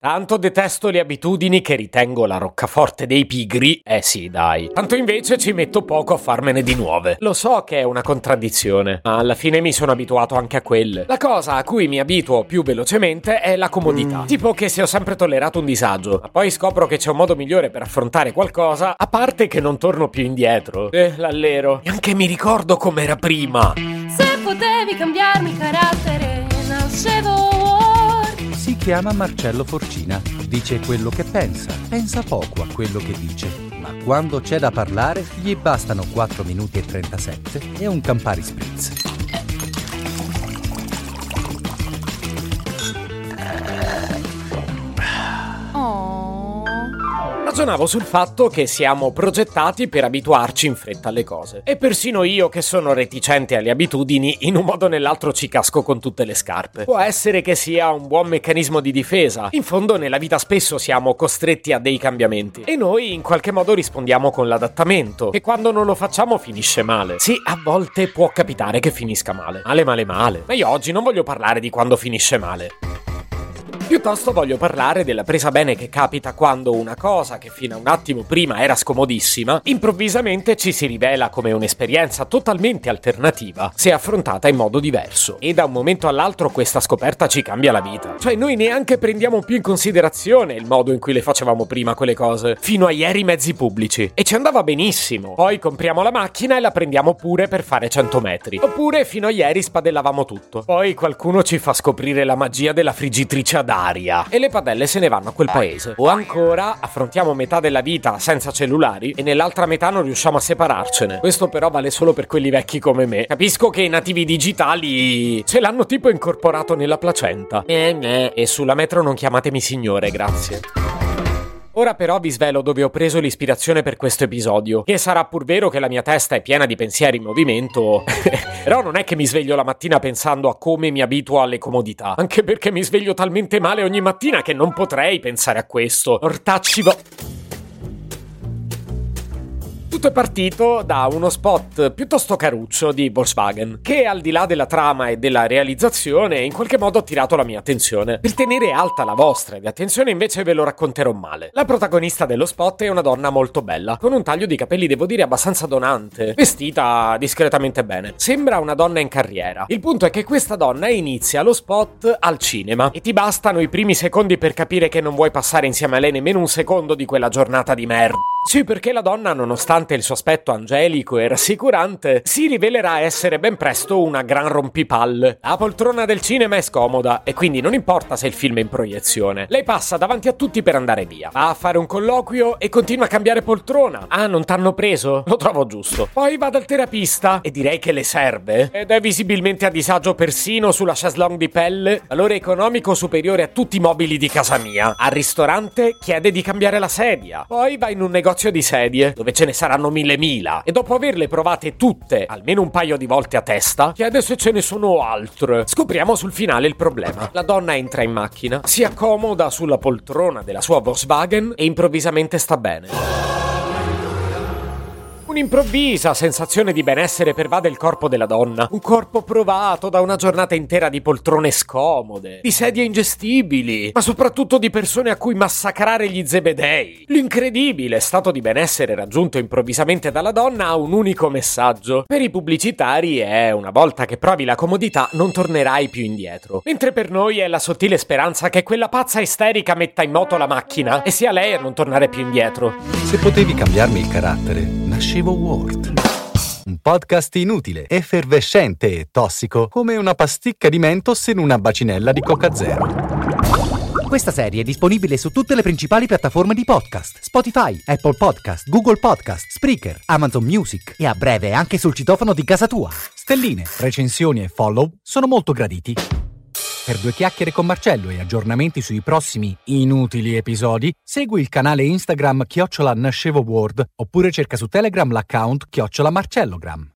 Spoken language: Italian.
Tanto detesto le abitudini che ritengo la roccaforte dei pigri. Sì, dai. Tanto invece ci metto poco a farmene di nuove. Lo so che è una contraddizione, ma alla fine mi sono abituato anche a quelle. La cosa a cui mi abituo più velocemente è la comodità. Tipo che se ho sempre tollerato un disagio, ma poi scopro che c'è un modo migliore per affrontare qualcosa, a parte che non torno più indietro. L'allero. E anche mi ricordo com'era prima. Se potevi cambiarmi carattere, nascevo. Si chiama Marcello Forcina, dice quello che pensa poco a quello che dice, ma quando c'è da parlare gli bastano 4 minuti e 37 e un Campari Spritz. Ragionavo sul fatto che siamo progettati per abituarci in fretta alle cose. E persino io, che sono reticente alle abitudini, in un modo o nell'altro ci casco con tutte le scarpe. Può essere che sia un buon meccanismo di difesa. In fondo nella vita spesso siamo costretti a dei cambiamenti. E noi in qualche modo rispondiamo con l'adattamento. E quando non lo facciamo finisce male. Sì, a volte può capitare che finisca male. Male. Ma io oggi non voglio parlare di quando finisce male. Piuttosto voglio parlare della presa bene che capita quando una cosa che fino a un attimo prima era scomodissima, improvvisamente ci si rivela come un'esperienza totalmente alternativa se affrontata in modo diverso. E da un momento all'altro questa scoperta ci cambia la vita. Cioè noi neanche prendiamo più in considerazione il modo in cui le facevamo prima quelle cose. Fino a ieri mezzi pubblici. E ci andava benissimo. Poi compriamo la macchina e la prendiamo pure per fare 100 metri. Oppure fino a ieri spadellavamo tutto. Poi qualcuno ci fa scoprire la magia della friggitrice ad aria e le padelle se ne vanno a quel paese. O ancora affrontiamo metà della vita senza cellulari e nell'altra metà non riusciamo a separarcene. Questo però vale solo per quelli vecchi come me. Capisco che i nativi digitali ce l'hanno tipo incorporato nella placenta. E sulla metro non chiamatemi signore, grazie. Ora però vi svelo dove ho preso l'ispirazione per questo episodio, che sarà pur vero che la mia testa è piena di pensieri in movimento, però non è che mi sveglio la mattina pensando a come mi abituo alle comodità, anche perché mi sveglio talmente male ogni mattina che non potrei pensare a questo. Ortacci Tutto è partito da uno spot piuttosto caruccio di Volkswagen, che al di là della trama e della realizzazione in qualche modo ha attirato la mia attenzione. Per tenere alta la vostra di attenzione invece ve lo racconterò male. La protagonista dello spot è una donna molto bella, con un taglio di capelli devo dire abbastanza donante, vestita discretamente bene. Sembra una donna in carriera. Il punto è che questa donna inizia lo spot al cinema e ti bastano i primi secondi per capire che non vuoi passare insieme a lei nemmeno un secondo di quella giornata di merda. Sì, perché la donna, nonostante il suo aspetto angelico e rassicurante, si rivelerà essere ben presto una gran rompipalle. La poltrona del cinema è scomoda e quindi non importa se il film è in proiezione. Lei passa davanti a tutti per andare via. Va a fare un colloquio e continua a cambiare poltrona. Ah, non t'hanno preso? Lo trovo giusto. Poi va dal terapista e direi che le serve. Ed è visibilmente a disagio persino sulla chaise-longue di pelle, valore economico superiore a tutti i mobili di casa mia. Al ristorante chiede di cambiare la sedia. Poi va in un negozio di sedie, dove ce ne saranno mille, e dopo averle provate tutte, almeno un paio di volte a testa, chiede se ce ne sono altre. Scopriamo sul finale il problema. La donna entra in macchina, si accomoda sulla poltrona della sua Volkswagen e improvvisamente sta bene. Un'improvvisa sensazione di benessere pervade il corpo della donna. Un corpo provato da una giornata intera di poltrone scomode, di sedie ingestibili, ma soprattutto di persone a cui massacrare gli zebedei. L'incredibile stato di benessere raggiunto improvvisamente dalla donna ha un unico messaggio. Per i pubblicitari è: una volta che provi la comodità non tornerai più indietro. Mentre per noi è la sottile speranza che quella pazza isterica metta in moto la macchina e sia lei a non tornare più indietro. Se potevi cambiarmi il carattere, nascevo Ward. Un podcast inutile, effervescente e tossico, come una pasticca di Mentos in una bacinella di Coca Zero. Questa serie è disponibile su tutte le principali piattaforme di podcast: Spotify, Apple Podcast, Google Podcast, Spreaker, Amazon Music e a breve anche sul citofono di casa tua. Stelline, recensioni e follow sono molto graditi. Per 2 chiacchiere con Marcello e aggiornamenti sui prossimi inutili episodi, segui il canale Instagram @NascevoWord oppure cerca su Telegram l'account @MarcelloGram.